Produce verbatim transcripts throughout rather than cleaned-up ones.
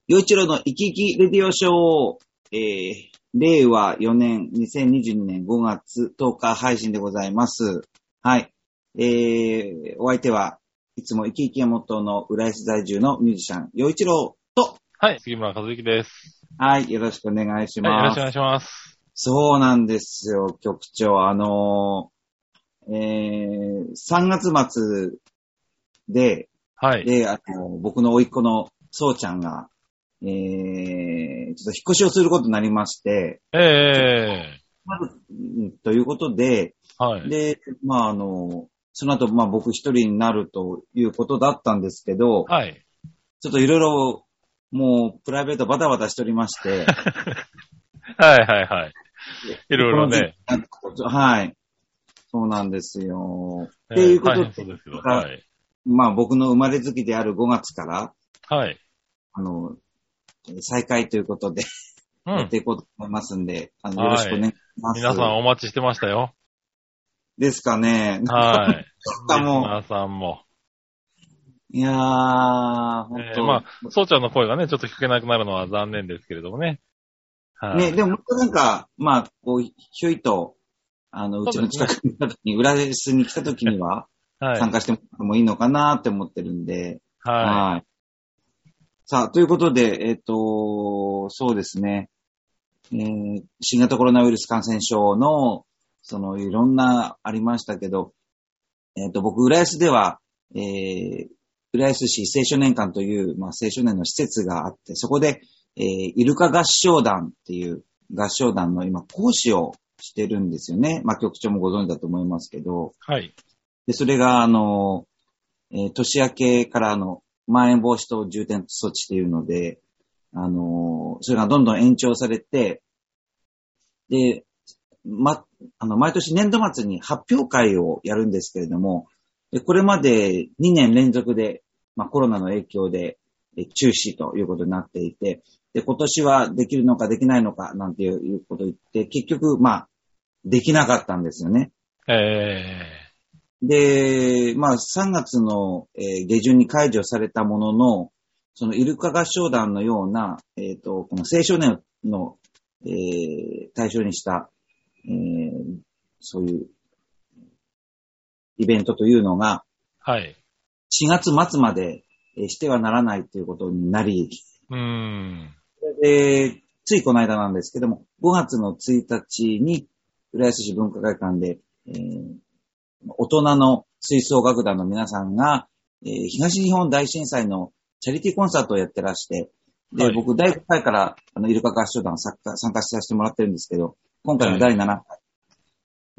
陽一郎の生き生きレディオショー、えー、れいわよねんにせんにじゅうにねんごがつとおか配信でございます。はい。えー、お相手はいつも生き生きがモットーの浦安在住のミュージシャン、陽一郎と、 はい、杉村和之です。 はい、よろしくお願いします。 はい、よろしくお願いします。 そうなんですよ、局長。あのー、えー、さんがつ末で、 はい。 で、あの、僕の甥っ子のそうちゃんが、えー、ちょっと引っ越しをすることになりまして、 ええー、ということで、 はい。 で、まあ、あの、その後、まあ、僕一人になるということだったんですけど、 はい。 ちょっといろいろ、もう、プライベートバタバタしておりまして、 はいはいはい。いろいろね。 はい。そうなんですよ。 えー、 っていうことで、 大変そうですけど、はい。 まあ、僕の生まれ月であるごがつから、 はい。 あの、再開ということで、 うん。 やっていこうと思いますんで、あの、よろしくお願いします。 皆さんお待ちしてましたよ。 ですかね。 はい。 リスナーさんも。 いやー、ほんと。 えー、まあ、そうちゃんの声がね、ちょっと聞けなくなるのは残念ですけれどもね。はい。 ね、でも、なんか、まあ、こう、ひょいと、あの、うちの近くに来た時に、浦安に来た時には、はい、参加してもいいのかなって思ってるんで。 はい。はい。 さあ、ということで、えっと、そうですね。えー、新型コロナウイルス感染症の、その、いろんなありましたけど、えっと、僕、浦安では、えー、浦安市青少年館という、まあ、青少年の施設があって、そこで、えー、イルカ合唱団っていう合唱団の今、講師をしてるんですよね。まあ、局長もご存知だと思いますけど。 はい。 で、それが、あの、えー、年明けからの、まん延防止等重点措置っていうので、あの、それがどんどん延長されて、で、ま、あの、毎年年度末に発表会をやるんですけれども、でこれまでにねん連続で、まあ、コロナの影響で中止ということになっていて、で、今年はできるのかできないのかなんていうことを言って、結局、まあ、できなかったんですよね。 えー、で、まあ、さんがつの、えー、下旬に解除されたものの、そのイルカ合唱団のような、えっと、この青少年の、えー、対象にした、えー、そういうイベントというのが、 はい。 しがつ末までしてはならないということになり、 うーん。 で、ついこの間なんですけども、ごがつのついたちに、浦安市文化会館で、えー、大人の吹奏楽団の皆さんが、えー、東日本大震災のチャリティーコンサートをやってらして、で、はい、僕、だいごかいから、あの、イルカ合唱団参加、参加させてもらってるんですけど、今回のだいななかい。はい、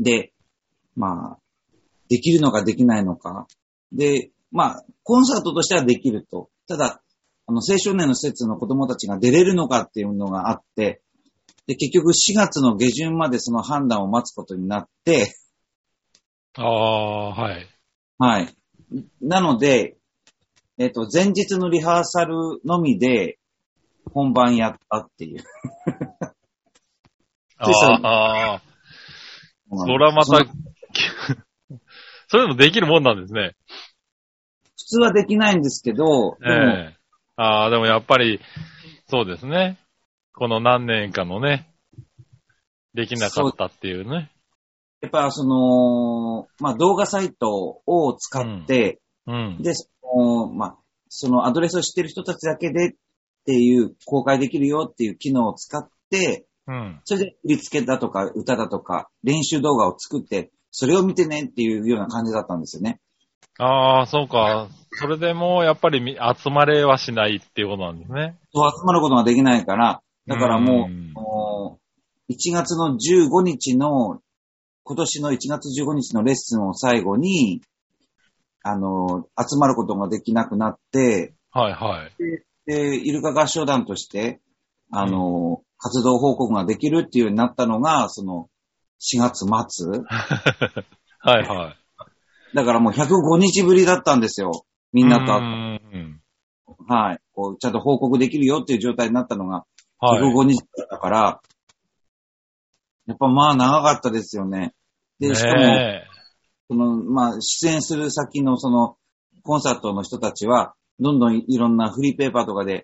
で、まあ、できるのかできないのか。で、まあ、コンサートとしてはできると。ただ、あの、青少年の施設の子供たちが出れるのかっていうのがあって、で、結局しがつの下旬までその判断を待つことになって、 ああ、はい。 はい。なので、えっと、前日のリハーサルのみで本番やったっていう。 ああ、そらまた、それでもできるもんなんですね。 普通はできないんですけど、 ええー、ああ、でもやっぱり、そうですね。この何年かのね、できなかったっていうね。 やっぱその、まあ、動画サイトを使って、 うんうん、 で、その、まあ、そのアドレスを知ってる人たちだけでっていう公開できるよっていう機能を使って、 うん、 それで振り付けだとか歌だとか練習動画を作って、それを見てねっていうような感じだったんですよね。 ああ、そうか。それでもやっぱり集まれはしないっていうことなんですね。 そう集まることができないから、だからもう、うんいちがつのじゅうごにちの、今年のいちがつじゅうごにちのレッスンを最後に、あの、集まることができなくなって、 はいはい。 で、イルカ合唱団として、あの、うん、活動報告ができるっていうようになったのが、その、しがつ末。 はいはい。 だからもうひゃくごにちぶりだったんですよ。みんなと会った。はい。こう、ちゃんと報告できるよっていう状態になったのが、ひゃくごにちだから、はい、やっぱまあ長かったですよね。で、しかも、その、まあ、出演する先のその、コンサートの人たちは、どんどんいろんなフリーペーパーとかで、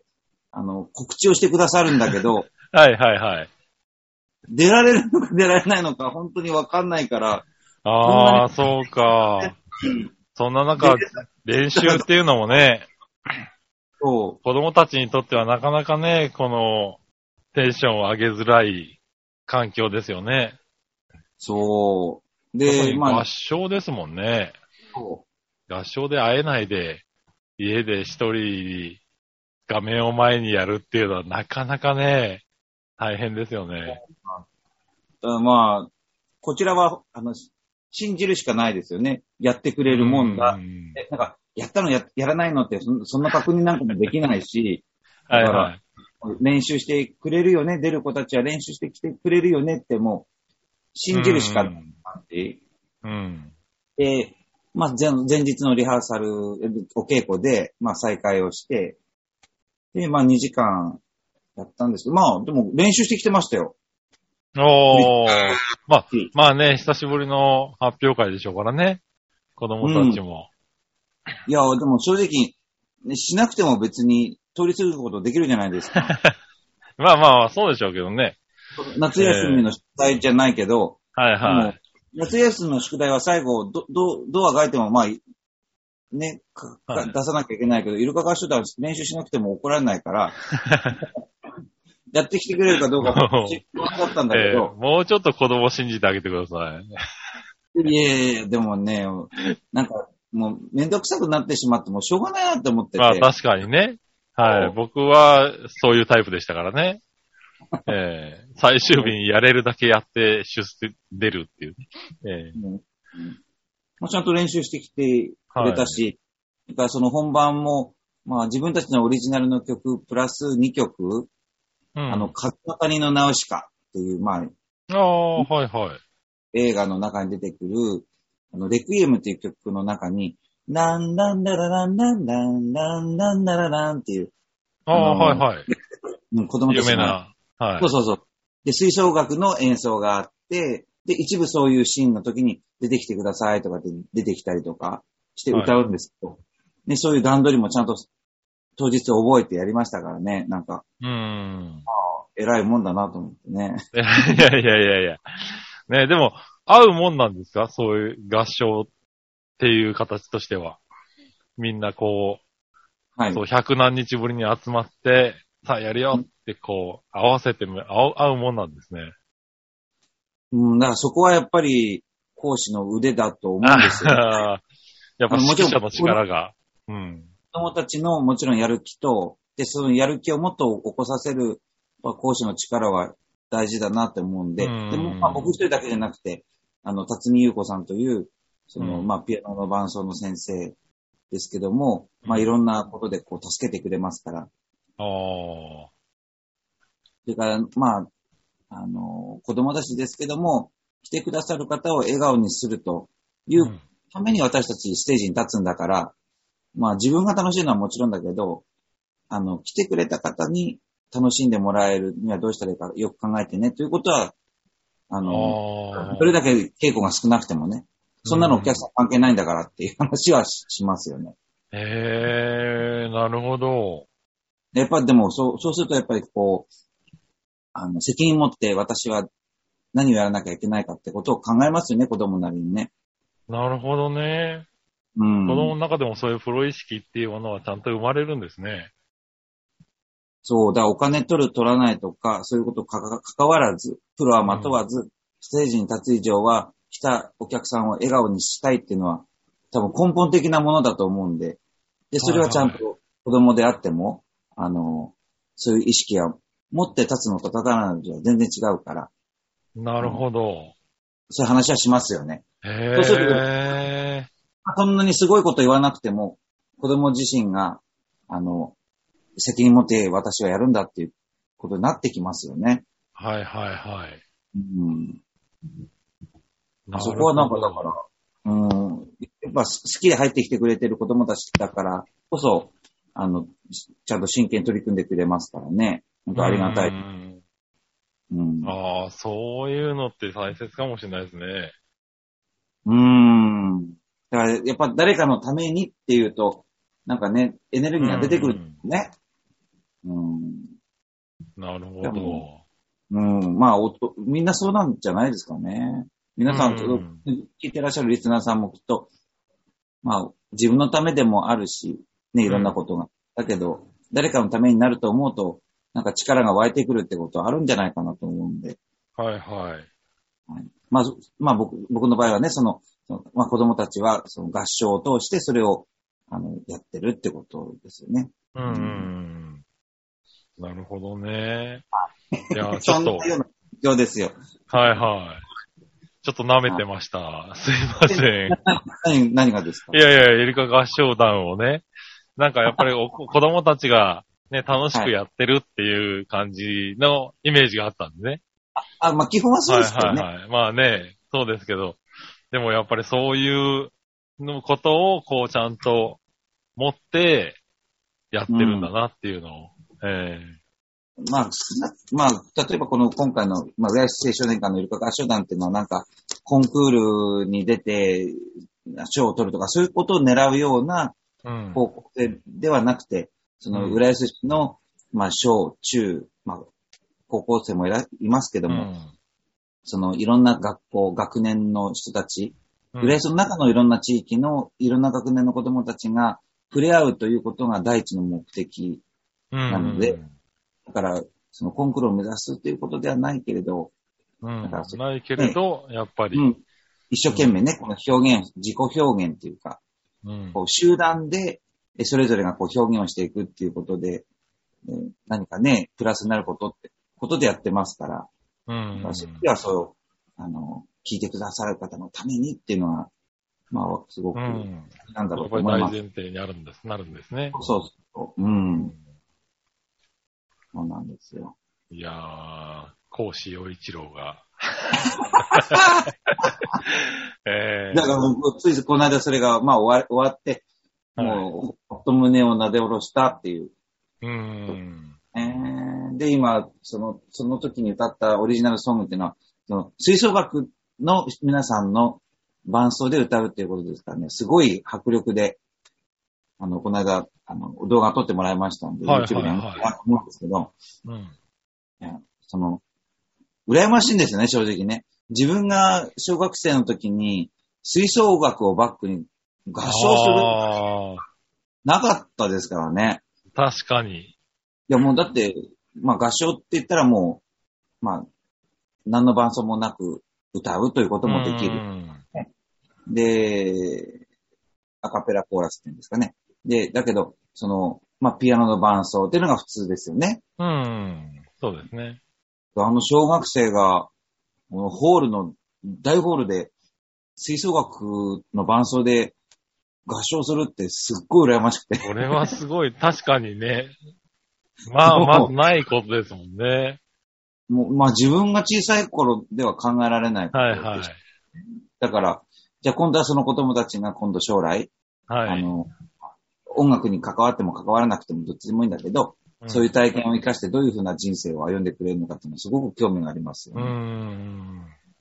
あの、告知をしてくださるんだけど、 はいはいはい。 出られるのか出られないのか本当にわかんないから、 ああ、そうか。そんな中、練習っていうのもね、 そう子供たちにとってはなかなかね、この、テンションを上げづらい環境ですよね。 そう。で、 特にまあ、 合唱ですもんね。 そ合唱で会えないで、家で一人画面を前にやるっていうのはなかなかね、大変ですよね。 うまあ、こちらは、あの、信じるしかないですよね。やってくれるもんだ。 うんえなんか、やったのや、やらないのってそ、そんな確認なんかもできないし、だから、 はいはい。 練習してくれるよね、出る子たちは練習してきてくれるよねってもう、信じるしかない感じ。 うん。 で、まあ前、前日のリハーサル、お稽古で、まあ再開をして、で、まあにじかんやったんですけど、まあでも練習してきてましたよ。 おー。まあ、まあね、久しぶりの発表会でしょうからね。子供たちも。 うん、いや、でも正直、ね、しなくても別に通り過ぎることできるじゃないですか。 まあまあ、そうでしょうけどね。 夏休みの宿題じゃないけど、 えー、はいはい。 もう夏休みの宿題は最後、ど、ど、どうあがいても、まあ、ね、かか出さなきゃいけないけど、イルカ合唱団練習しなくても怒られないから、やってきてくれるかどうか不安だったんだけど、 えー、もうちょっと子供信じてあげてください。いやいや、でもね、なんか、もうめんどくさくなってしまって、もうしょうがないなって思ってて。 まあ確かにね。はい。僕はそういうタイプでしたからね。えー、最終日にやれるだけやって出世出るっていう、ね。えーうんまあ、ちゃんと練習してきてくれたし、はい、からその本番も、まあ自分たちのオリジナルの曲、プラスにきょく、うん、あの、風の谷のナウシカっていう、まあ、ああ、はいはい。 映画の中に出てくる、あの、レクイエムっていう曲の中に、なんだんだららんだんだんだんだんだららんっていう、 ああ、はいはい。 子供たちが、 有名な。はい。 そうそうそう。で、吹奏楽の演奏があって、で、一部そういうシーンの時に出てきてくださいとかって出てきたりとかして歌うんですけど、はい、ね、そういう段取りもちゃんと当日覚えてやりましたからね、なんか。 うーん。 ああ、偉いもんだなと思ってね。 いやいやいやいやいや。ね、でも、合うもんなんですか？そういう合唱っていう形としては。みんなこう、はい、そう、百何日ぶりに集まって、さあやるよってこう、合わせても合う、合うもんなんですね。 うん、だからそこはやっぱり講師の腕だと思うんですよ、ね。 やっぱ指揮者の力が。うん。 子供たちのもちろんやる気と、で、そのやる気をもっと起こさせる講師の力は大事だなって思うんで、うんでも、まあ、僕一人だけじゃなくて、あの、辰巳優子さんという、その、うん、まあ、ピアノの伴奏の先生ですけども、まあ、いろんなことでこう、助けてくれますから。 ああ。 それから、まあ、あの、子供たちですけども、来てくださる方を笑顔にするというために私たちステージに立つんだから、まあ自分が楽しいのはもちろんだけど、あの、来てくれた方に楽しんでもらえるにはどうしたらいいかよく考えてねということは、あの、どれだけ稽古が少なくてもね、そんなのお客さん関係ないんだからっていう話は し, しますよね。 へえー、なるほど。 やっぱでもそう、そうするとやっぱりこう、あの、責任持って私は何をやらなきゃいけないかってことを考えますよね、子供なりにね。 なるほどね。うん。子供の中でもそういうプロ意識っていうものはちゃんと生まれるんですね。 そう、だからお金取る取らないとか、そういうことかか関わらず、プロはまとわず、うん、ステージに立つ以上は、来たお客さんを笑顔にしたいっていうのは、多分根本的なものだと思うんで、で、それはちゃんと子供であっても、はいはい、あの、そういう意識は持って立つのと立たないのじゃ全然違うから。 なるほど。 そういう話はしますよね。 へー。 そうすると、そんなにすごいこと言わなくても、子供自身が、あの、責任持って私はやるんだっていうことになってきますよね。 はいはいはい。 うん、そこはなんかだから、うん、やっぱ好きで入ってきてくれてる子供たちだからこそ、あの、ちゃんと真剣に取り組んでくれますからね。本当ありがたい。うんうん、ああ、そういうのって大切かもしれないですね。 うーん。だからやっぱ誰かのためにっていうと、なんかね、エネルギーが出てくるんですね。 うん。 なるほど。 うん。まあおと、みんなそうなんじゃないですかね。皆さん、うん、聞いてらっしゃるリスナーさんもきっと、まあ、自分のためでもあるし、ね、いろんなことが。うん、だけど、誰かのためになると思うと、なんか力が湧いてくるってことはあるんじゃないかなと思うんで。 はいはい。 はい、まあ、まあ僕、僕の場合はね、その、そのまあ子供たちはその合唱を通してそれを、あの、やってるってことですよね。 うん。うん、なるほどね。いや、 ちょっと。そんなような状況ですよ。 はいはい。ちょっと舐めてました。すいません。 何、何がですか？ いやいや、エリカ合唱団をね、なんかやっぱりお子供たちがね、楽しくやってるっていう感じのイメージがあったんでね。 あ、まあ基本はそうですけどね。 はいはいはい。まあね、そうですけど、でもやっぱりそういうのことをこうちゃんと持ってやってるんだなっていうのを。うん、えー、まあ、まあ、例えばこの今回の、まあ、浦安青少年館のイルカ合唱団っていうのはなんか、コンクールに出て、賞を取るとか、そういうことを狙うような方向性ではなくて、うん、その浦安市の、まあ、小、中、まあ、高校生もいらいますけども、うん、そのいろんな学校、学年の人たち、うん、浦安の中のいろんな地域のいろんな学年の子供たちが触れ合うということが第一の目的なので、うん、だから、そのコンクールを目指すということではないけれど、 うん、だからないけれど、ね、やっぱり、うん、 一生懸命ね、この表現、自己表現というか、うん、こう集団でそれぞれがこう表現をしていくっていうことで、何かね、プラスになることって、ことでやってますから、うん、うん、そういう時はそう、あの、聞いてくださる方のためにっていうのは、まあ、すごく、なんだろうと思います。 やっぱり大前提にあるんです、なるんですね。 そうそう。うん。そうなんですよ。 いやー、講師陽一郎が。 えー、だから僕、ついこの間それが、まあ終わ終わって、もう、ほっと胸をなで下ろしたっていう。 うん。 えー、で、今、その、その時に歌ったオリジナルソングっていうのは、その吹奏楽の皆さんの伴奏で歌うっていうことですからね、すごい迫力で、あの、この間、あの、動画撮ってもらいましたんで、 はいはいはい、 YouTube に思うんですけど、 うん、 その、羨ましいんですよね、正直ね。自分が小学生の時に、吹奏楽をバックに合唱する、なかったですからね。 確かに。 いや、もうだって、まあ合唱って言ったらもう、まあ、何の伴奏もなく歌うということもできる。で、アカペラコーラスっていうんですかね。で、だけど、その、まあ、ピアノの伴奏っていうのが普通ですよね。 うん。そうですね。 あの小学生が、このホールの、大ホールで、吹奏楽の伴奏で合唱するってすっごい羨ましくて。 これはすごい、確かにね。まあ、まずないことですもんね。 もう、まあ自分が小さい頃では考えられないことです。はいはい。だから、じゃあ今度はその子供たちが今度将来、はい、あの、音楽に関わっても関わらなくてもどっちでもいいんだけど、うん、そういう体験を生かしてどういうふうな人生を歩んでくれるのかっていうのはすごく興味がありますよね。 うーん。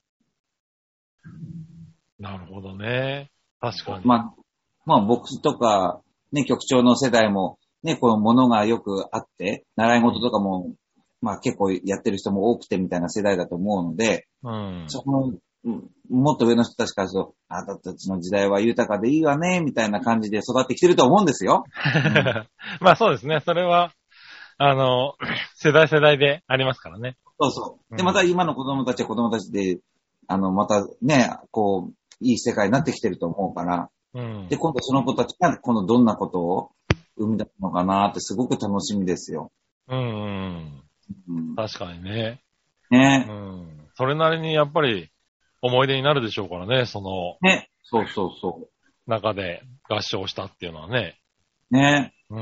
なるほどね。確かに。 まあ、まあ僕とか、ね、局長の世代も、ね、このものがよくあって、習い事とかも、まあ結構やってる人も多くてみたいな世代だと思うので、うん、その、もっと上の人たちからすると、あなたたちの時代は豊かでいいわね、みたいな感じで育ってきてると思うんですよ。 うん、まあそうですね。それは、あの、世代世代でありますからね。 そうそう。で、また今の子供たちは子供たちで、あの、またね、こう、いい世界になってきてると思うから、うん、で、今度その子たちが、今度どんなことを生み出すのかなってすごく楽しみですよ。 うん、うん。確かにね。 ね。 うん。それなりにやっぱり思い出になるでしょうからね、その。 ね。そうそうそう。 中で合唱したっていうのはね。 ね。 うん。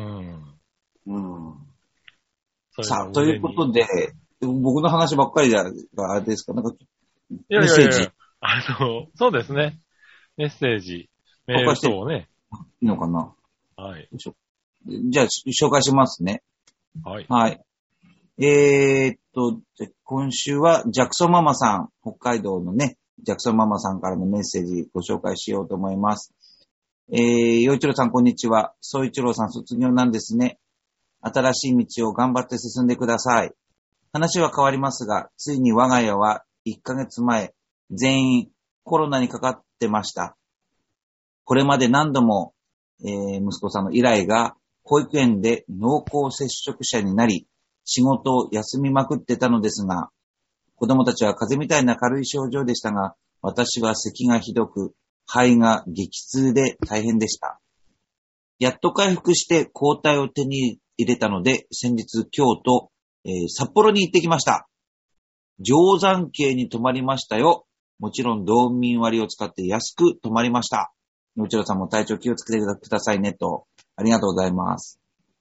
うん。さあ、ということで、僕の話ばっかりであれですか、なんか、 メッセージ。いやいやいやあの、そうですね。メッセージ、メール等をね。 いいのかな。 はい。 じゃあ、紹介しますね。 はい。 はい。えー、っと、今週はジャクソンママさん、北海道のね、ジャクソンママさんからのメッセージご紹介しようと思います。えー、陽一郎さん、こんにちは。総一郎さん、卒業なんですね。 新しい道を頑張って進んでください。話は変わりますが、ついに我が家はいっかげつまえ、全員コロナにかかってました。これまで何度も、えー、息子さんの依頼が保育園で濃厚接触者になり、仕事を休みまくってたのですが、子供たちは風邪みたいな軽い症状でしたが、私は咳がひどく、肺が激痛で大変でした。やっと回復して抗体を手に入れたので、先日京都、えー、札幌に行ってきました。定山渓に泊まりましたよ。もちろん道民割を使って安く泊まりました。のちろさんも体調気をつけてくださいねと。ありがとうございます。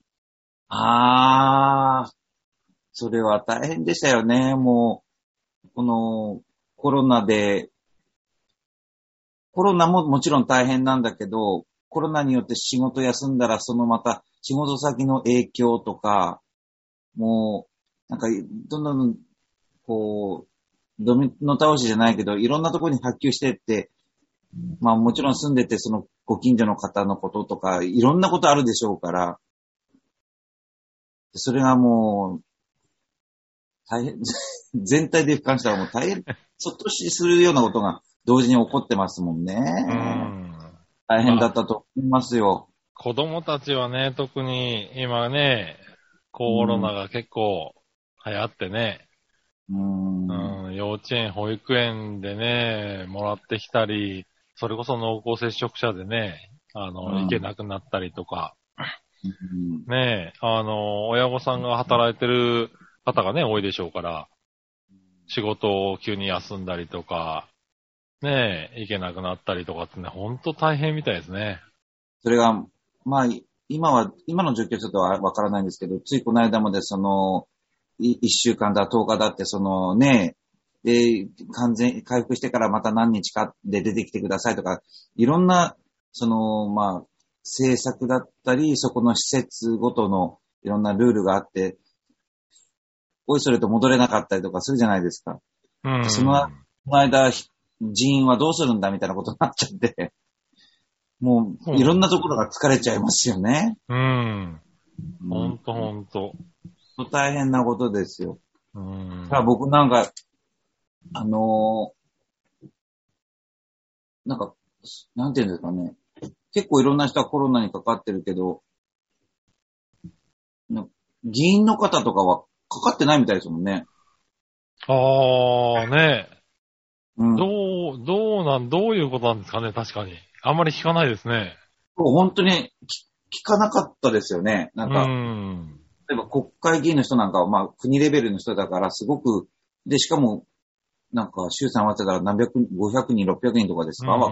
あー、それは大変でしたよね。もう、このコロナで、コロナももちろん大変なんだけど、コロナによって仕事休んだらそのまた仕事先の影響とか、もう、なんか、どんどん、こう、ドミノ倒しじゃないけど、いろんなところに波及してって、まあもちろん住んでてそのご近所の方のこととか、いろんなことあるでしょうから、それがもう、大変、全体で俯瞰したらもう大変、そっとしするようなことが同時に起こってますもんね。うん、大変だったと思いますよ。 まあ、子供たちはね、特に今ね、コロナが結構流行ってね、うん、うん、幼稚園、保育園でね、もらってきたり、それこそ濃厚接触者でね、あの、うん、行けなくなったりとか、うん、ねえ、あの、親御さんが働いてる方がね、多いでしょうから、仕事を急に休んだりとか、ねえ、行けなくなったりとかってね、ほんと大変みたいですね。 それが、まあ、今は、今の状況ちょっとはわからないんですけど、ついこの間までその、いっしゅうかんだ、とおかだって、そのね、で、完全、回復してからまた何日かで出てきてくださいとか、いろんな、その、まあ、政策だったり、そこの施設ごとのいろんなルールがあって、おいそれと戻れなかったりとかするじゃないですか。うん。その、この間、人員はどうするんだみたいなことになっちゃって、もう、いろんなところが疲れちゃいますよね。 うん。ほんとほんと。 大変なことですよ。うん。ただ僕なんか、あのー、なんか、なんていうんですかね。結構いろんな人はコロナにかかってるけど、議員の方とかはかかってないみたいですもんね。 ああ、ねえ。うん、どう、どうなん、どういうことなんですかね、確かに。あんまり聞かないですね。 本当に聞かなかったですよね。なんか、うん、例えば国会議員の人なんかは、まあ国レベルの人だからすごく、で、しかも、なんか、衆参合わせたら何百、ごひゃくにん、ろっぴゃくにんとかですか、うん、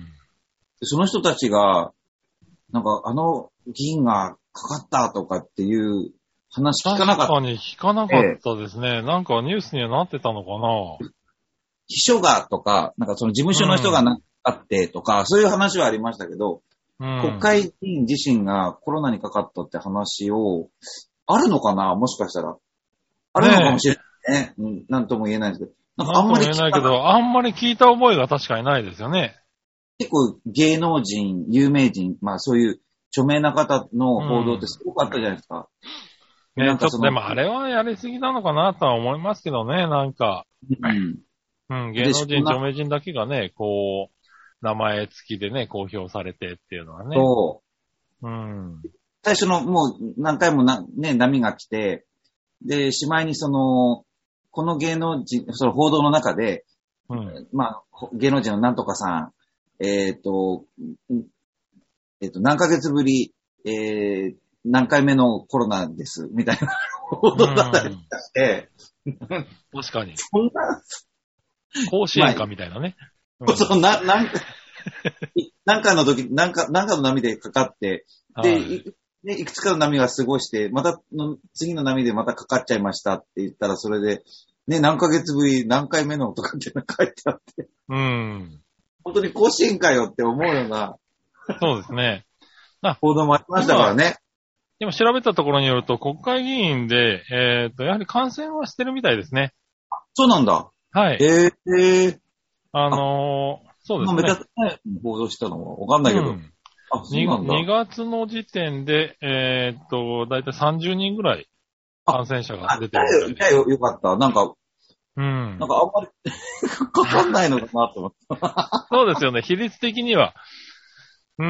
その人たちが、なんか、あの議員がかかったとかっていう話聞かなかった。 確かに聞かなかったですね。ええ、なんかニュースにはなってたのかな。 秘書がとか、なんかその事務所の人がな、あってとか、そういう話はありましたけど、うん、国会議員自身がコロナにかかったって話を、あるのかなもしかしたら。あるのかもしれないね。うん、なんとも言えないんですけど。 なんかあんまり聞いた。なんとも言えないけど、あんまり聞いた覚えが確かにないですよね。 結構芸能人、有名人、まあそういう著名な方の報道ってすごくあったじゃないですか。 うん、ね、ちょっとでもあれはやりすぎなのかなとは思いますけどね、なんか。うんうん、芸能人、著名人だけがね、こう、名前付きでね、公表されてっていうのはね。そう。うん。 最初のもう何回もな、ね、波が来て、で、しまいにその、この芸能人、その報道の中で、うん、まあ、芸能人のなんとかさん、えっと、えっと、何ヶ月ぶり、えー、何回目のコロナです、みたいな報道だったりして、 うん、確かに。そんな、甲子園かみたいなね。 まあ、そう、な、なんか、なんかの時、なんか、なんかの波でかかって、で、はい、い, いくつかの波が過ごして、またの、次の波でまたかかっちゃいましたって言ったら、それで、ね、何ヶ月ぶり、何回目のとかって書いてあって。うん。本当に甲子園かよって思うような。 そうですね。 報道もありましたからね。 今調べたところによると、国会議員で、えっと、やはり感染はしてるみたいですね。 そうなんだ。 はい。 えー、 あのー、そうですね。 めちゃくちゃ報道したのはわかんないけど。うん、 あ、そうなんだ。 にがつの時点で、えー、っと、だいたいさんじゅうにんぐらい感染者が出てるみたいで。 よ、よかった。なんか、 うん。 なんかあんまりかかんないのかなと思って。 そうですよね。比率的には。うん。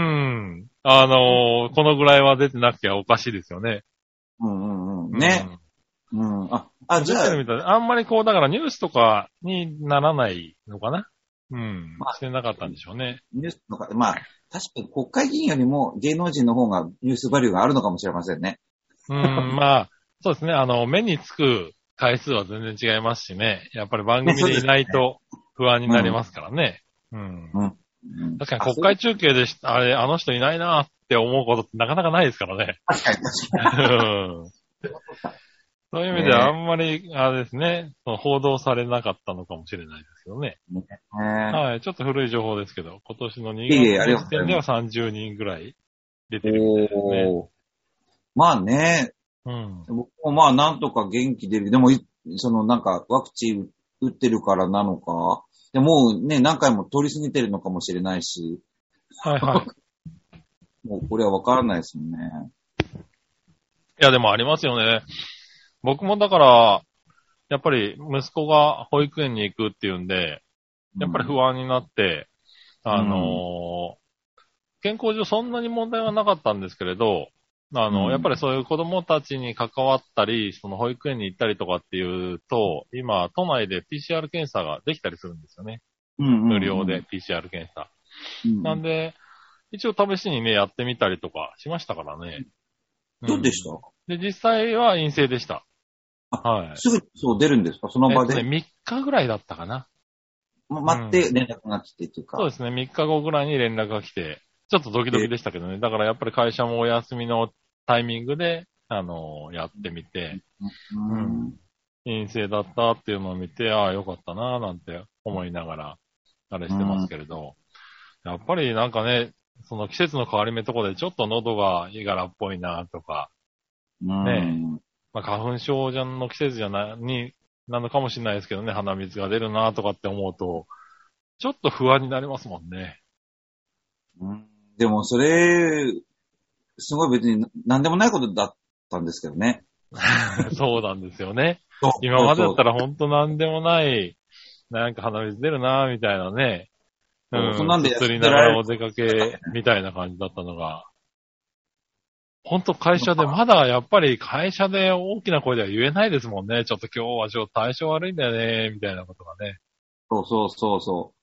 あのー、このぐらいは出てなきゃおかしいですよね。 うんうんうん。ね。うん。うん、あ、あ、じ出ゃあ、 てるみたいで、あんまりこう、だからニュースとかにならないのかな。うん。 まあ、 してなかったんでしょうね。 ニュースとか、まあ、確かに国会議員よりも芸能人の方がニュースバリューがあるのかもしれませんね。 うん、まあ、そうですね。あの、目につく回数は全然違いますしね。やっぱり番組でいないと不安になりますからね。うん。 うん。 確かに国会中継でし、あれ、あの人いないなって思うことってなかなかないですからね。 確かに確かに。 そういう意味ではあんまり、あれですね、その報道されなかったのかもしれないですけどね。 ねはい、ちょっと古い情報ですけど、今年のにいえいえ、あがつのりがとうございます。 時点ではさんじゅうにんぐらい出てるみたいですね。 おー。まあね、 うん。 僕もまあなんとか元気出る。でも、そのなんかワクチン打ってるからなのか。でもうね、何回も通り過ぎてるのかもしれないし。 はいはい。 もうこれはわからないですもんね。 いや、でもありますよね。僕もだから、やっぱり息子が保育園に行くっていうんで、やっぱり不安になって、うん、あのー、健康上そんなに問題はなかったんですけれど、あの、うん、やっぱりそういう子供たちに関わったり、その保育園に行ったりとかっていうと、今、都内で ピーシーアール 検査ができたりするんですよね。 うんうんうん、 無料で ピーシーアール 検査。うん、なんで、一応試しにね、やってみたりとかしましたからね。 どうでした、 うん、で、実際は陰性でした。はい。 すぐそう出るんですかその場で、 えっとね、みっかぐらいだったかな。 待って連絡が来てっていうか、 うん。そうですね、みっかごぐらいに連絡が来て、ちょっとドキドキでしたけどね。だからやっぱり会社もお休みのタイミングで、あのー、やってみて、うん、陰性だったっていうのを見て、ああ、よかったなぁなんて思いながら、あれしてますけれど、やっぱりなんかね、その季節の変わり目とかでちょっと喉がいがらっぽいなとか、ねえ、まあ、花粉症じゃの季節じゃな、に、なのかもしれないですけどね、鼻水が出るなとかって思うと、ちょっと不安になりますもんね。 うん、でもそれ、すごい別に何でもないことだったんですけどね。 そうなんですよね。今までだったら本当何でもない、なんか鼻水出るなみたいなね。うん。そんなんで釣りながらお出かけみたいな感じだったのが。本当会社で、まだやっぱり会社で大きな声では言えないですもんね。ちょっと今日はちょっと体調悪いんだよね、みたいなことがね。 そうそうそうそう。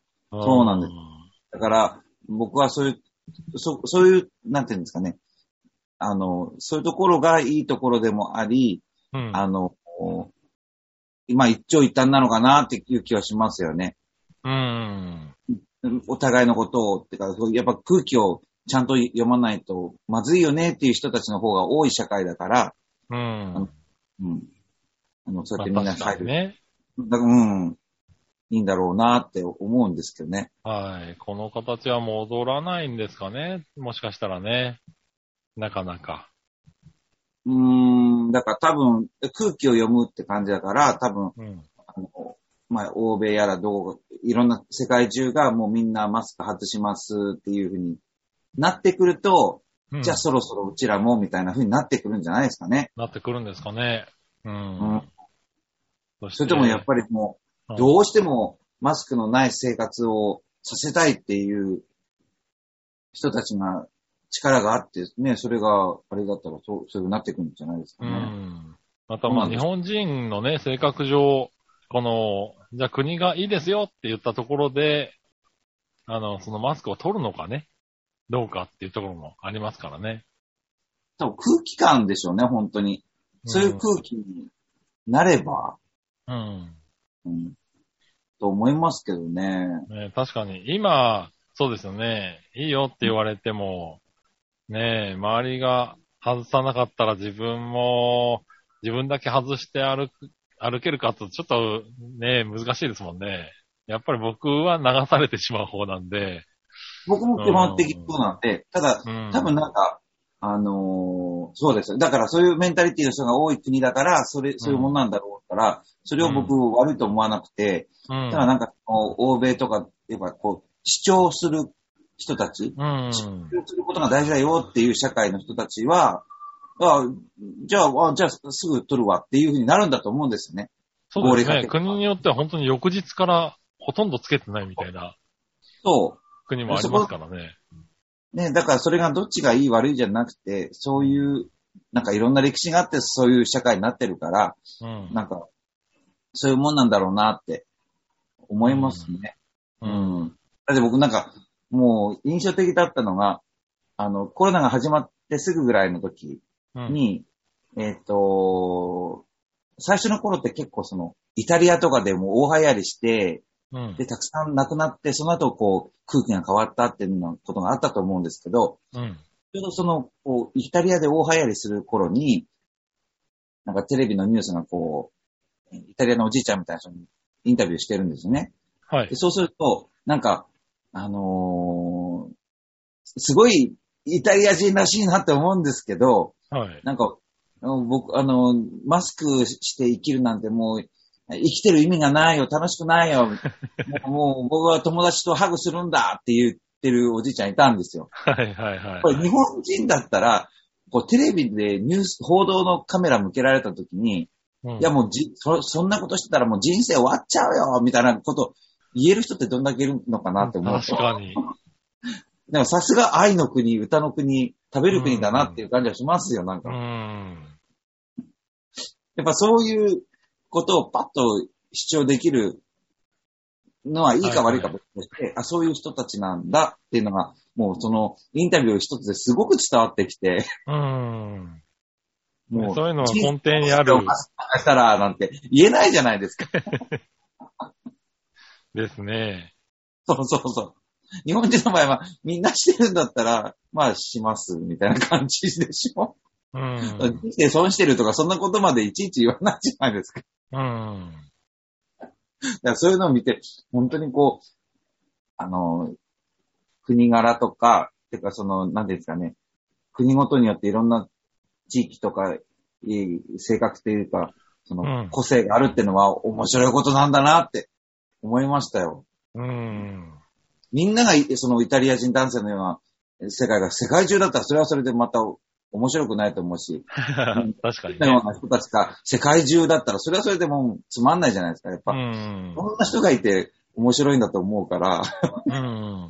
そうなんです。だから、僕はそういう、そそういう、なんていうんですかね。あの、そういうところがいいところでもあり、うん、あの、今一長一短なのかなっていう気はしますよね。 うん。 お互いのことを、ってか、やっぱ空気をちゃんと読まないとまずいよねっていう人たちの方が多い社会だから、 うん。あの、 うん。あの、そうやってみんな入る。 ね。 だから、うん。いいんだろうなって思うんですけどね。 はい。この形は戻らないんですかね。もしかしたらね。なかなか。 うーん。だから多分、空気を読むって感じだから、多分、うん、あのまあ、欧米やらどう、いろんな世界中がもうみんなマスク外しますっていうふうになってくると、うん、じゃあそろそろうちらもみたいなふうになってくるんじゃないですかね。 なってくるんですかね。うん。 うん、それともやっぱりもう、どうしてもマスクのない生活をさせたいっていう人たちが力があってね、それがあれだったらそう、そういうなってくるんじゃないですかね。 うん。またまあ日本人のね、性格上、この、じゃあ国がいいですよって言ったところで、あの、そのマスクを取るのかね、どうかっていうところもありますからね。 多分空気感でしょうね、本当に。そういう空気になれば、 うん。 うん、と思いますけどね。 ね、確かに、今、そうですよね。いいよって言われても、ねえ、周りが外さなかったら自分も、自分だけ外して歩く、歩けるかと、ちょっとね、難しいですもんね。やっぱり僕は流されてしまう方なんで。 僕も基本的にそうなんで、うん、ただ、うん、多分なんか、あのー、そうですよ。だからそういうメンタリティの人が多い国だから、それ、そういうもんなんだろうから、それを僕悪いと思わなくて、うん、ただなんか、欧米とか、やっぱこう、主張する人たち、 うん。 することが大事だよっていう社会の人たちは、あじゃあ、あじゃあすぐ取るわっていう風になるんだと思うんですよね。 そうですね。国によっては本当に翌日からほとんどつけてないみたいな国もありますからね。 ね、だからそれがどっちがいい悪いじゃなくて、そういう、なんかいろんな歴史があってそういう社会になってるから、うん、なんか、そういうもんなんだろうなって思いますね。うん。うん、だって僕なんか、もう印象的だったのが、あの、コロナが始まってすぐぐらいの時に、うん、えっと、最初の頃って結構その、イタリアとかでも大流行りして、うん、で、たくさん亡くなって、その後こう、空気が変わったっていうのことがあったと思うんですけど、うん、ちょうどその、こう、イタリアで大流行りする頃に、なんかテレビのニュースがこう、イタリアのおじいちゃんみたいな人にインタビューしてるんですよね。 はい。 でそうすると、なんか、あのー、すごいイタリア人らしいなって思うんですけど、 はい。 なんか、僕、あの、マスクして生きるなんてもう、生きてる意味がないよ、楽しくないよ。もう僕は友達とハグするんだって言ってるおじいちゃんいたんですよ。 はいはいはい。 これ日本人だったら、こうテレビでニュース、報道のカメラ向けられた時に、うん、いやもうじそ、そんなことしてたらもう人生終わっちゃうよみたいなこと言える人ってどんだけいるのかなって思うと。 確かに。 でもさすが愛の国、歌の国、食べる国だなっていう感じはしますよ、なんか。 うん、 やっぱそういうことをパッと主張できるのはいいか悪いかとして、はいはい、あ、そういう人たちなんだっていうのが、もうそのインタビュー一つですごく伝わってきて、 うん、 もうそういうのは根底にある。 したらなんて言えないじゃないですか。 ですね。 そうそうそう。日本人の場合はみんなしてるんだったら、まあしますみたいな感じでしょ。 うん。 人生損してるとかそんなことまでいちいち言わないじゃないですか。 うん。 だからそういうのを見て、本当にこう、あの、国柄とか、てかその、なんていうんですかね、国ごとによっていろんな地域とか、性格というか、その、個性があるっていうのは面白いことなんだなって思いましたよ。 うん。 みんなが、そのイタリア人男性のような世界が世界中だったら、それはそれでまた面白くないと思うし。 確かに、 ね。ような人たちが世界中だったら、それはそれでもうつまんないじゃないですか、やっぱ。うん。そんな人がいて面白いんだと思うから。 うん。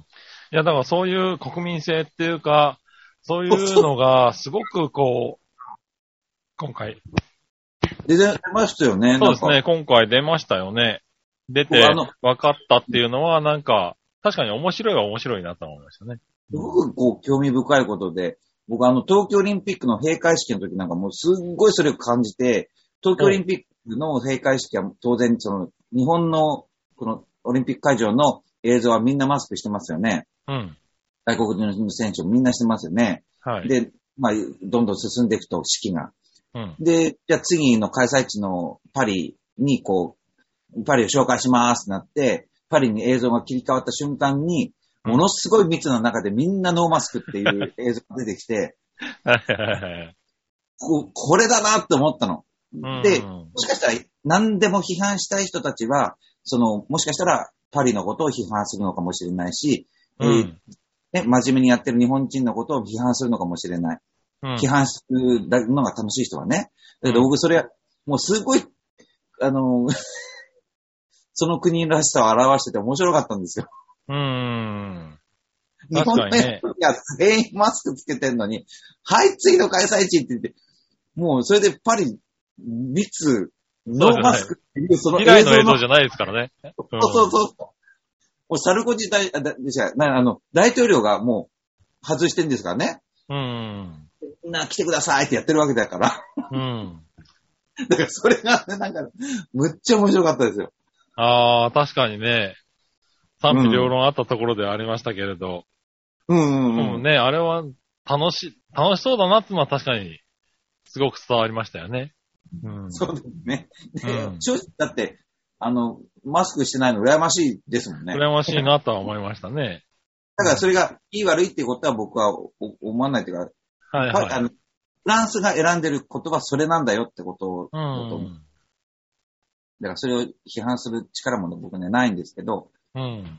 いや、だからそういう国民性っていうか、そういうのがすごくこう、今回。 出ましたよね。 そうですね、今回出ましたよね。出て分かったっていうのはなんか、確かに面白いは面白いなと思いましたね。 すごくこう興味深いことで、僕あの東京オリンピックの閉会式の時なんかもうすっごいそれを感じて、東京オリンピックの閉会式は当然その日本のこのオリンピック会場の映像はみんなマスクしてますよね。 うん。 外国人の選手もみんなしてますよね。 はい。 で、まあ、どんどん進んでいくと式が。 うん。 で、じゃあ次の開催地のパリにこう、パリを紹介しますってなって、パリに映像が切り替わった瞬間に、ものすごい密な中でみんなノーマスクっていう映像が出てきて、こ, これだなって思ったの。で、もしかしたら何でも批判したい人たちは、その、もしかしたらパリのことを批判するのかもしれないし、 うん、 えーね、真面目にやってる日本人のことを批判するのかもしれない。うん、批判するのが楽しい人はね。だけど僕それは、もうすごい、あの、その国らしさを表してて面白かったんですよ。 うーん。 日本のやつが全員マスクつけてんのに、はい、次の開催地って言って、もうそれでパリ、密、ノーマスクっていうその映像の。 未来の映像じゃないですからね。 うん、そうそうそう。もうサルコジ大、あ、であの、大統領がもう外してんですからね。 うん。 みんな来てくださいってやってるわけだから。 うん。 だからそれが、ね、なんか、むっちゃ面白かったですよ。 ああ、確かにね。賛否両論あったところではありましたけれど。 うんうんうん。 でもね、あれは楽し、楽しそうだなっていうのは確かに、すごく伝わりましたよね。 うん、そうですね。で、うん、だって、あの、マスクしてないの羨ましいですもんね。 羨ましいなとは思いましたね。 だからそれがいい悪いっていうことは僕は思わないというか、 はいはい。 あのフランスが選んでることはそれなんだよってことを、 うん、 だからそれを批判する力も僕ねないんですけど、 うん、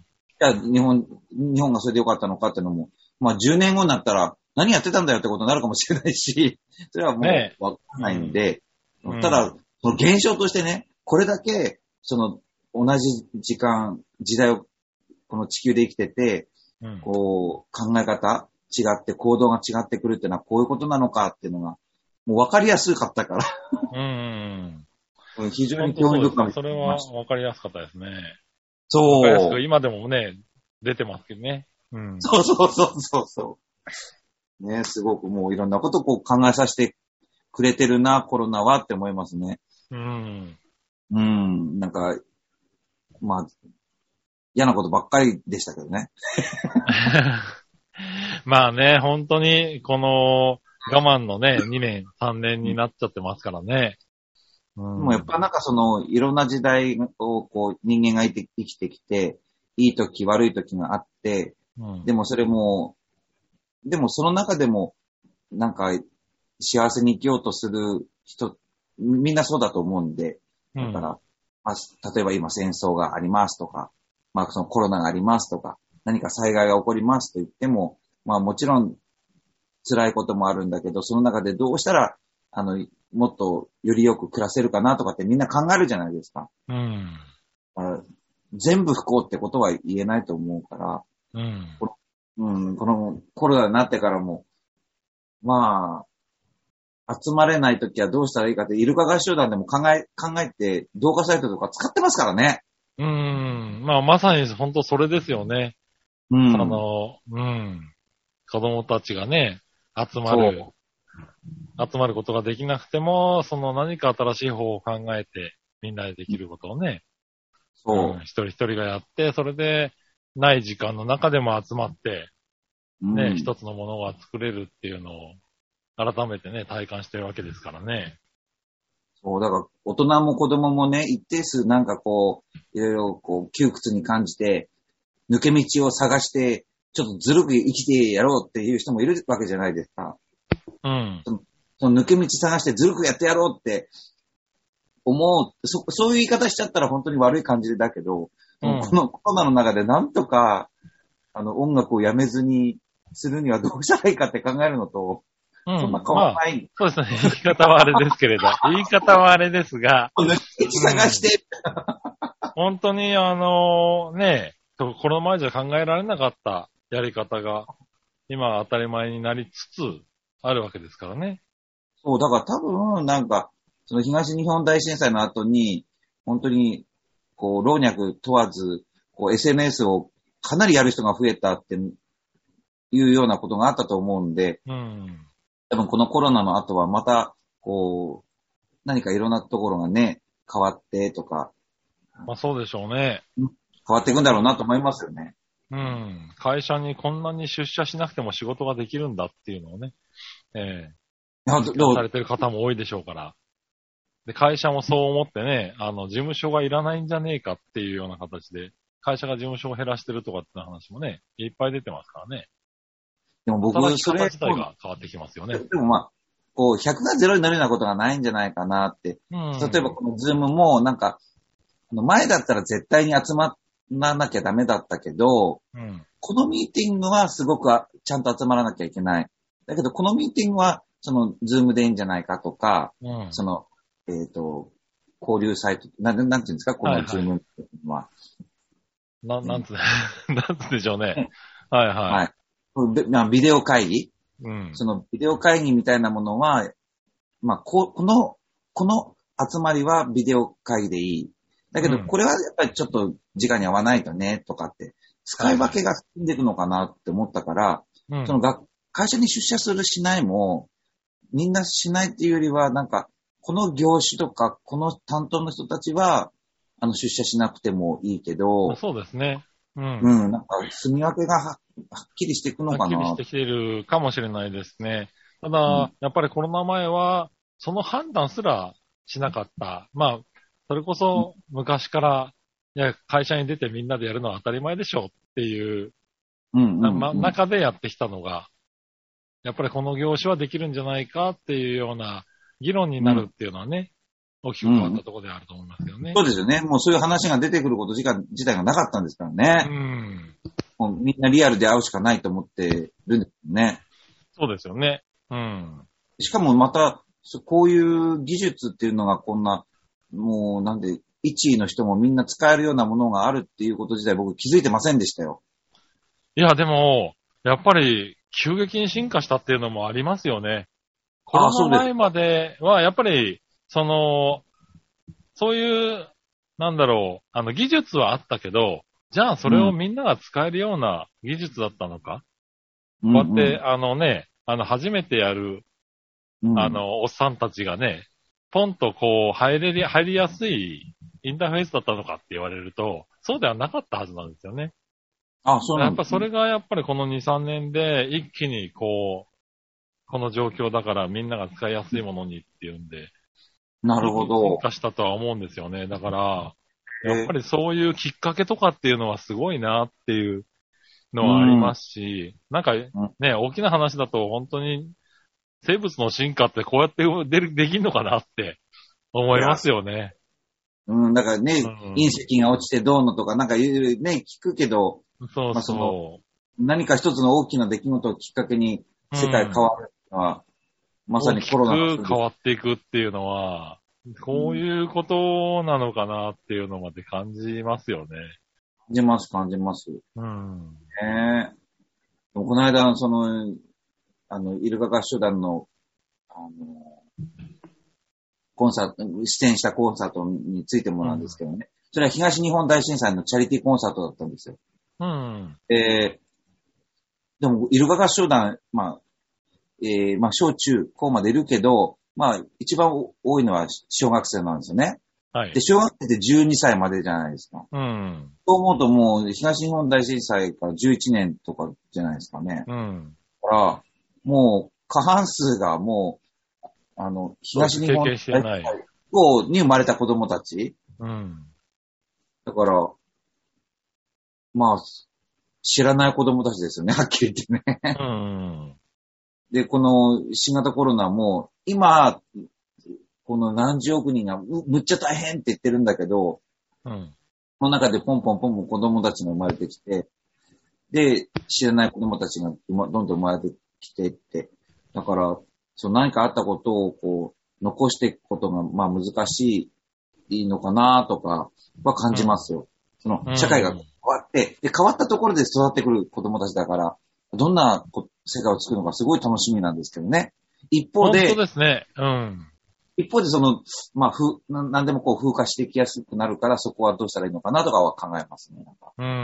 や、日本、日本がそれでよかったのかっていうのも、まあじゅうねんごになったら何やってたんだよってことになるかもしれないし、それはもうわかんないんで、ね、ただ、その現象としてね、これだけ、その、同じ時間、時代を、この地球で生きてて、うん、こう、考え方違って行動が違ってくるっていうのはこういうことなのかっていうのが、もう分かりやすかったから。うんうん、非常に興味深い。 それは分かりやすかったですね。 そう。 分かりやすく今でもね、出てますけどね。 うん、そうそうそうそうそう。ね、すごくもういろんなことをこう考えさせてくれてるな、コロナはって思いますね。うん。うん、なんか、まあ、嫌なことばっかりでしたけどね。 まあね、本当に、この我慢のね、にねん、さんねんになっちゃってますからね。 うん、でもやっぱなんかその、いろんな時代をこう、人間が生きてきて、いい時、悪い時があって、うん、でもそれも、でもその中でも、なんか、幸せに生きようとする人、みんなそうだと思うんで、だから、うんまあ、例えば今戦争がありますとか、まあそのコロナがありますとか、何か災害が起こりますと言っても、まあもちろん辛いこともあるんだけど、その中でどうしたら、あの、もっとよりよく暮らせるかなとかってみんな考えるじゃないですか。うん。全部不幸ってことは言えないと思うから、うん。この、うん、このコロナになってからも、まあ、集まれないときはどうしたらいいかって、イルカ合唱団でも考え、考えて動画サイトとか使ってますからね。 うん。まあまさに本当それですよね。うん。あの、うん。子供たちがね、集まる、集まることができなくても、その何か新しい方法を考えて、みんなでできることをね、そう、うん。一人一人がやって、それで、ない時間の中でも集まって、ね、うん、一つのものが作れるっていうのを、改めてね、体感してるわけですからね。 そう、だから大人も子供もね、一定数なんかこう、いろいろこう、窮屈に感じて、抜け道を探して、ちょっとずるく生きてやろうっていう人もいるわけじゃないですか。うん。その、その抜け道探してずるくやってやろうって思う、そ、そういう言い方しちゃったら本当に悪い感じだけど、うん、このコロナの中でなんとか、あの、音楽をやめずにするにはどうしたらいいかって考えるのと、うん、そんな変わらない、 まあ。そうですね。言い方はあれですけれど。言い方はあれですが。 抜け道探して、 うん。本当にあの、ね、この前じゃ考えられなかったやり方が、今当たり前になりつつあるわけですからね。 そう、だから多分、なんか、その東日本大震災の後に、本当に、こう、老若問わず、こう、エスエヌエス をかなりやる人が増えたっていうようなことがあったと思うんで、うん、多分このコロナの後はまた、こう、何かいろんなところがね、変わってとか。 まあそうでしょうね。 変わっていくんだろうなと思いますよね。 うん。会社にこんなに出社しなくても仕事ができるんだっていうのをね、ええー、どうされてる方も多いでしょうから。で、会社もそう思ってね、あの、事務所がいらないんじゃねえかっていうような形で、会社が事務所を減らしてるとかって話もね、いっぱい出てますからね。 でも僕、それ自体が変わってきますよね。 でもまあ、こう、ひゃくがゼロになるようなことがないんじゃないかなって。うん、例えばこのズームも、なんか、前だったら絶対に集まらなきゃダメだったけど、うん、このミーティングはすごくちゃんと集まらなきゃいけない。だけど、このミーティングは、その、ズームでいいんじゃないかとか、うん、その、えっ、ー、と、交流サイト、なん、なんていうんですか、このズームは。 はいはい、な、なんつ、なんつでしょうね。はいはい。はいまあ、ビデオ会議、うん、そのビデオ会議みたいなものは、まあ、こ、この、この集まりはビデオ会議でいい。だけど、これはやっぱりちょっと時間に合わないとね、とかって、使い分けが進んでいくのかなって思ったから、うん、そのが会社に出社するしないも、みんなしないっていうよりは、なんか、この業種とか、この担当の人たちは、あの、出社しなくてもいいけど、 そうですね。うん。 うん、なんか、住み分けがは、はっきりしていくのかな。 はっきりしてきてるかもしれないですね。ただ、うん、やっぱりコロナ前は、その判断すらしなかった。まあ、それこそ昔から、いや、会社に出てみんなでやるのは当たり前でしょっていう、うんうんうんま、中でやってきたのが、やっぱりこの業種はできるんじゃないかっていうような議論になるっていうのはね、うん、大きく変わったところであると思いますけどね、 うん。そうですよね。もうそういう話が出てくること自体がなかったんですからね。うん。 もうみんなリアルで会うしかないと思ってるんですよね。 そうですよね。うん。 しかもまた、こういう技術っていうのがこんな、もうなんで、一位の人もみんな使えるようなものがあるっていうこと自体僕気づいてませんでしたよ。 いや、でも、やっぱり、急激に進化したっていうのもありますよね。コロナ前までは、やっぱり、その、そういう、なんだろう、あの、技術はあったけど、じゃあそれをみんなが使えるような技術だったのか、うん、こうやって、うんうん、あのね、あの、初めてやる、うん、あの、おっさんたちがね、ポンとこう、入れり、入りやすいインターフェースだったのかって言われると、そうではなかったはずなんですよね。 あ、そうなんですね。 やっぱそれがやっぱりこのに、さんねんで一気にこう、この状況だからみんなが使いやすいものにっていうんで、 なるほど。 進化したとは思うんですよね。だから、やっぱりそういうきっかけとかっていうのはすごいなっていうのはありますし、うん、なんかね、大きな話だと本当に生物の進化ってこうやって出る、できんのかなって思いますよね。 うん、だからね、うん、隕石が落ちてどうのとかなんか言うね、聞くけど、 そうそう。 まあ、その何か一つの大きな出来事をきっかけに世界変わるのは、うん、まさにコロナ大きく変わっていくっていうのは、こういうことなのかなっていうのまで感じますよね。 感じます、感じます。 うん。 ねえ。この間、その、あの、イルカ合唱団の、あの、コンサート、出演したコンサートについてもなんですけどね。うん、それは東日本大震災のチャリティーコンサートだったんですよ。 うん。 えー、でも、イルカ合唱団、まあ、えー、まあ、小中高までいるけど、まあ、一番多いのは小学生なんですよね。 はい。 で、小学生ってじゅうにさいまでじゃないですか。 うん。 そう思うともう、東日本大震災からじゅういちねんとかじゃないですかね。 うん。 だから、もう、過半数がもう、あの、東日本大震災に生まれた子供たち。 うん。 だから、まあ、知らない子供たちですよね、はっきり言ってね。 うん。 で、この新型コロナも、今、この何十億人がむ、むっちゃ大変って言ってるんだけど、 うん。 この中でポンポンポンポン子供たちが生まれてきて、で、知らない子供たちがどんどん生まれてきてって、だから、その何かあったことをこう、残していくことが、まあ難しい、いいのかなとかは感じますよ。うん、その、社会が変わって、で、変わったところで育ってくる子供たちだから、どんな世界を作るのかすごい楽しみなんですけどね。一方で、 本当ですね。うん。 一方でその、まあ、ふ、なんでもこう風化していきやすくなるから、そこはどうしたらいいのかなとかは考えますね。なんかうん。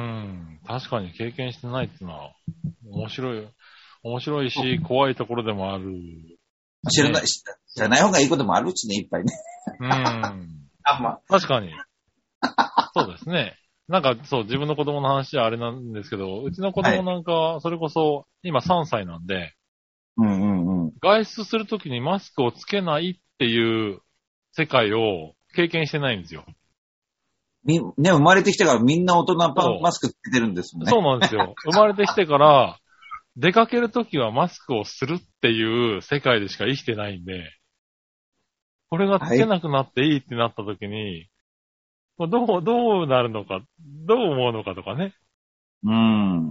確かに経験してないっていうのは、面白い、面白いし、怖いところでもある、ね。 知らない、知らない方がいいこともあるうちね、いっぱいね。 うん。 あ、まあ。 確かに。そうですね。なんか、そう、自分の子供の話はあれなんですけど、うちの子供なんか、それこそ、今さんさいなんで、 うんうんうん。 外出するときにマスクをつけないっていう世界を経験してないんですよ。 み、ね、生まれてきてからみんな大人マスクつけてるんですもんね。 そうなんですよ。生まれてきてから、出かけるときはマスクをするっていう世界でしか生きてないんで、これがつけなくなっていいってなったときに、はい、どう、どうなるのか、どう思うのかとかね。 うん。 うん。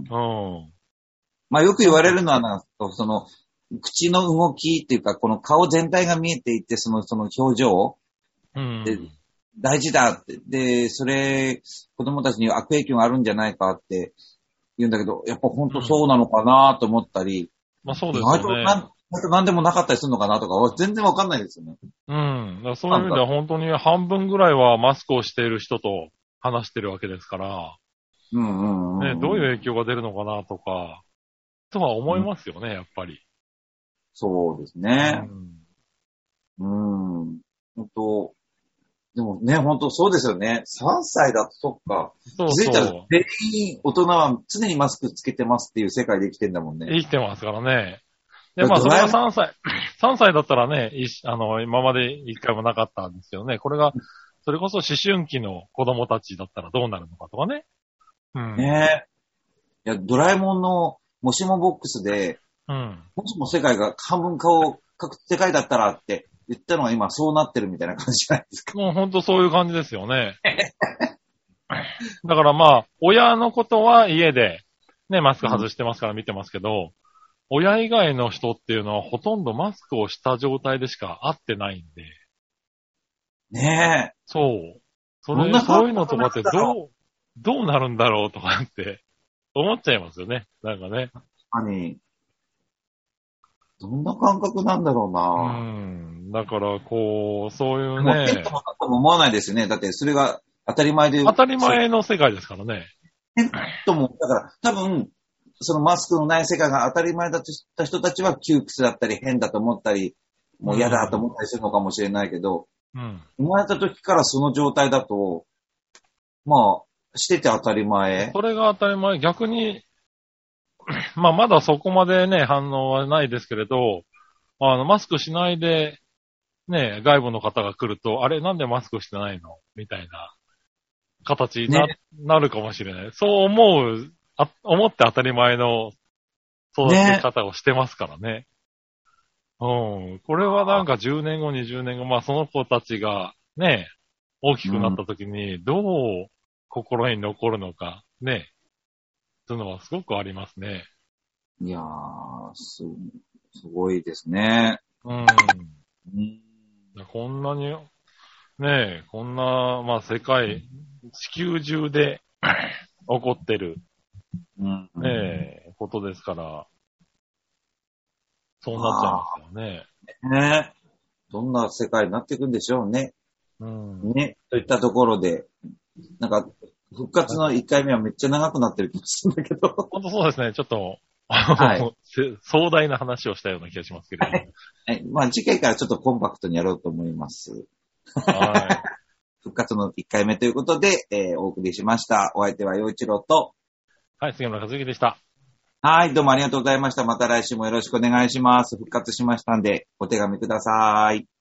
まあよく言われるのはなんか、その、口の動きっていうか、この顔全体が見えていて、その、その表情、 うん、 で大事だって。で、それ、子供たちに悪影響があるんじゃないかって言うんだけど、やっぱ本当そうなのかなと思ったり、うん、 まあそうですよね。意外となんでもなかったりするのかなとか、全然わかんないですよね。 うん。だからそういう意味では本当に半分ぐらいはマスクをしている人と話してるわけですから、 うんうんうん、 ね、どういう影響が出るのかなとか、とは思いますよね、うん、やっぱり。 そうですね。うん。うん。本当でもね、本当そうですよね。さんさいだとそっか。 そうそう。 気づいたら全員大人は常にマスクつけてますっていう世界で生きてんだもんね。 生きてますからね。で、まあそれがさんさい、さんさいだったらね、あの、今まで一回もなかったんですけどね、これが、それこそ思春期の子供たちだったらどうなるのかとかね。 うん。ねえ。いや、ドラえもんのもしもボックスで、 うん。 もしも世界が半分顔を描く世界だったらって言ったのが今そうなってるみたいな感じじゃないですか。 もうほんとそういう感じですよね。だからまあ、親のことは家で、 ね、マスク外してますから見てますけど、親以外の人っていうのはほとんどマスクをした状態でしか会ってないんで。 ねえ。 そう。それ、そういうのとかってどう、どうなるんだろうとかって思っちゃいますよね。なんかね。 確かに。どんな感覚なんだろうな。 うん。だから、こう、そういうね。 ね。 変とも思わないですよね。だってそれが当たり前で。 当たり前の世界ですからね。 変とも、だから多分、そのマスクのない世界が当たり前だとした人たちは窮屈だったり変だと思ったり、もう嫌だと思ったりするのかもしれないけど、うん。生まれた時からその状態だと、まあ、してて当たり前。 それが当たり前。逆に、まあまだそこまでね、反応はないですけれど、あの、マスクしないで、ね、外部の方が来ると、あれなんでマスクしてないのみたいな形にな、ね、なるかもしれない。そう思う、あ、思って当たり前の育て方をしてますからね。うん。これはなんかじゅうねんご、にじゅうねんご、まあその子たちがね、大きくなった時にどう心に残るのか、ね、そういうのはすごくありますね。 いやー、す、すごいですね。 うん。うん、こんなに、ねえ、こんな、まあ世界、地球中で起こってる、うん、ねえ、ことですから、そうなっちゃいますよね。 ねえ。どんな世界になっていくんでしょうね。 うん。 ね。といったところで、なんか、復活のいっかいめはめっちゃ長くなってる気もするんだけど。 本当そうですね。ちょっと、はい、壮大な話をしたような気がしますけれども。 はい。まあ次回からちょっとコンパクトにやろうと思います。はい。復活のいっかいめということで、えー、お送りしました。お相手は陽一郎と、 はい、杉村和之でした。 はい、どうもありがとうございました。また来週もよろしくお願いします。復活しましたんで、お手紙ください。